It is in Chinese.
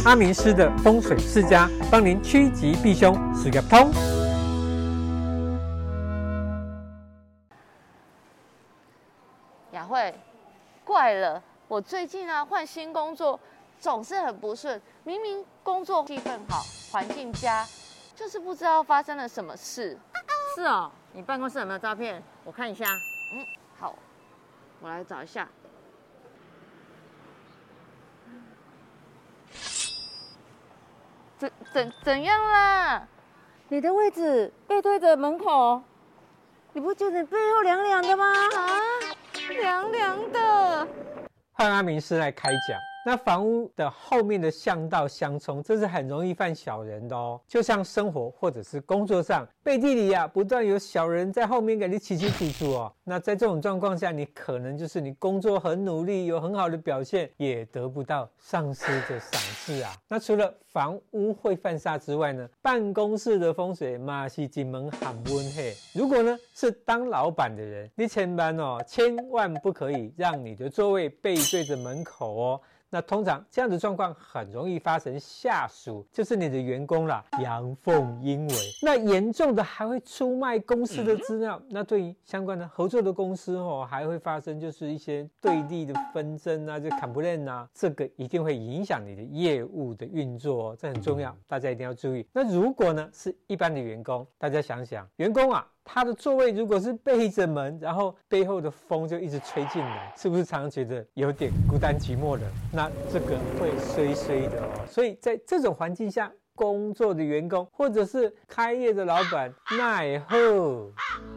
阿明师的风水世家，帮您趋吉避凶，事业通。 雅慧，怪了，我最近换新工作，总是很不顺。明明工作气氛好，环境佳，就是不知道发生了什么事。 是哦，你办公室有没有照片？我看一下。 好，我来找一下。怎样啦？ 你的位置背对着门口，你不觉得背后凉凉的吗？ 凉凉的。 换阿明师来开讲。那房屋的后面的巷道相冲，这是很容易犯小人的哦。就像生活或者是工作上，背地里不断有小人在后面给你起起楚楚哦。那在这种状况下，你可能就是你工作很努力，有很好的表现，也得不到上司的赏识啊。那除了房屋会犯煞之外呢，办公室的风水嘛是进门喊温嘿。如果呢是当老板的人，你千万不可以让你的座位背对着门口哦。那通常这样的状况很容易发生下属，就是你的员工啦，阳奉阴违。那严重的还会出卖公司的资料。那对于相关的合作的公司还会发生就是一些对立的纷争啊，就 complaint 啊，这个一定会影响你的业务的运作哦，这很重要，大家一定要注意。那如果呢是一般的员工，大家想想，员工他的座位如果是背着门，然后背后的风就一直吹进来，是不是常常觉得有点孤单寂寞的？那这个会衰的哦。所以在这种环境下工作的员工，或者是开业的老板，奈何。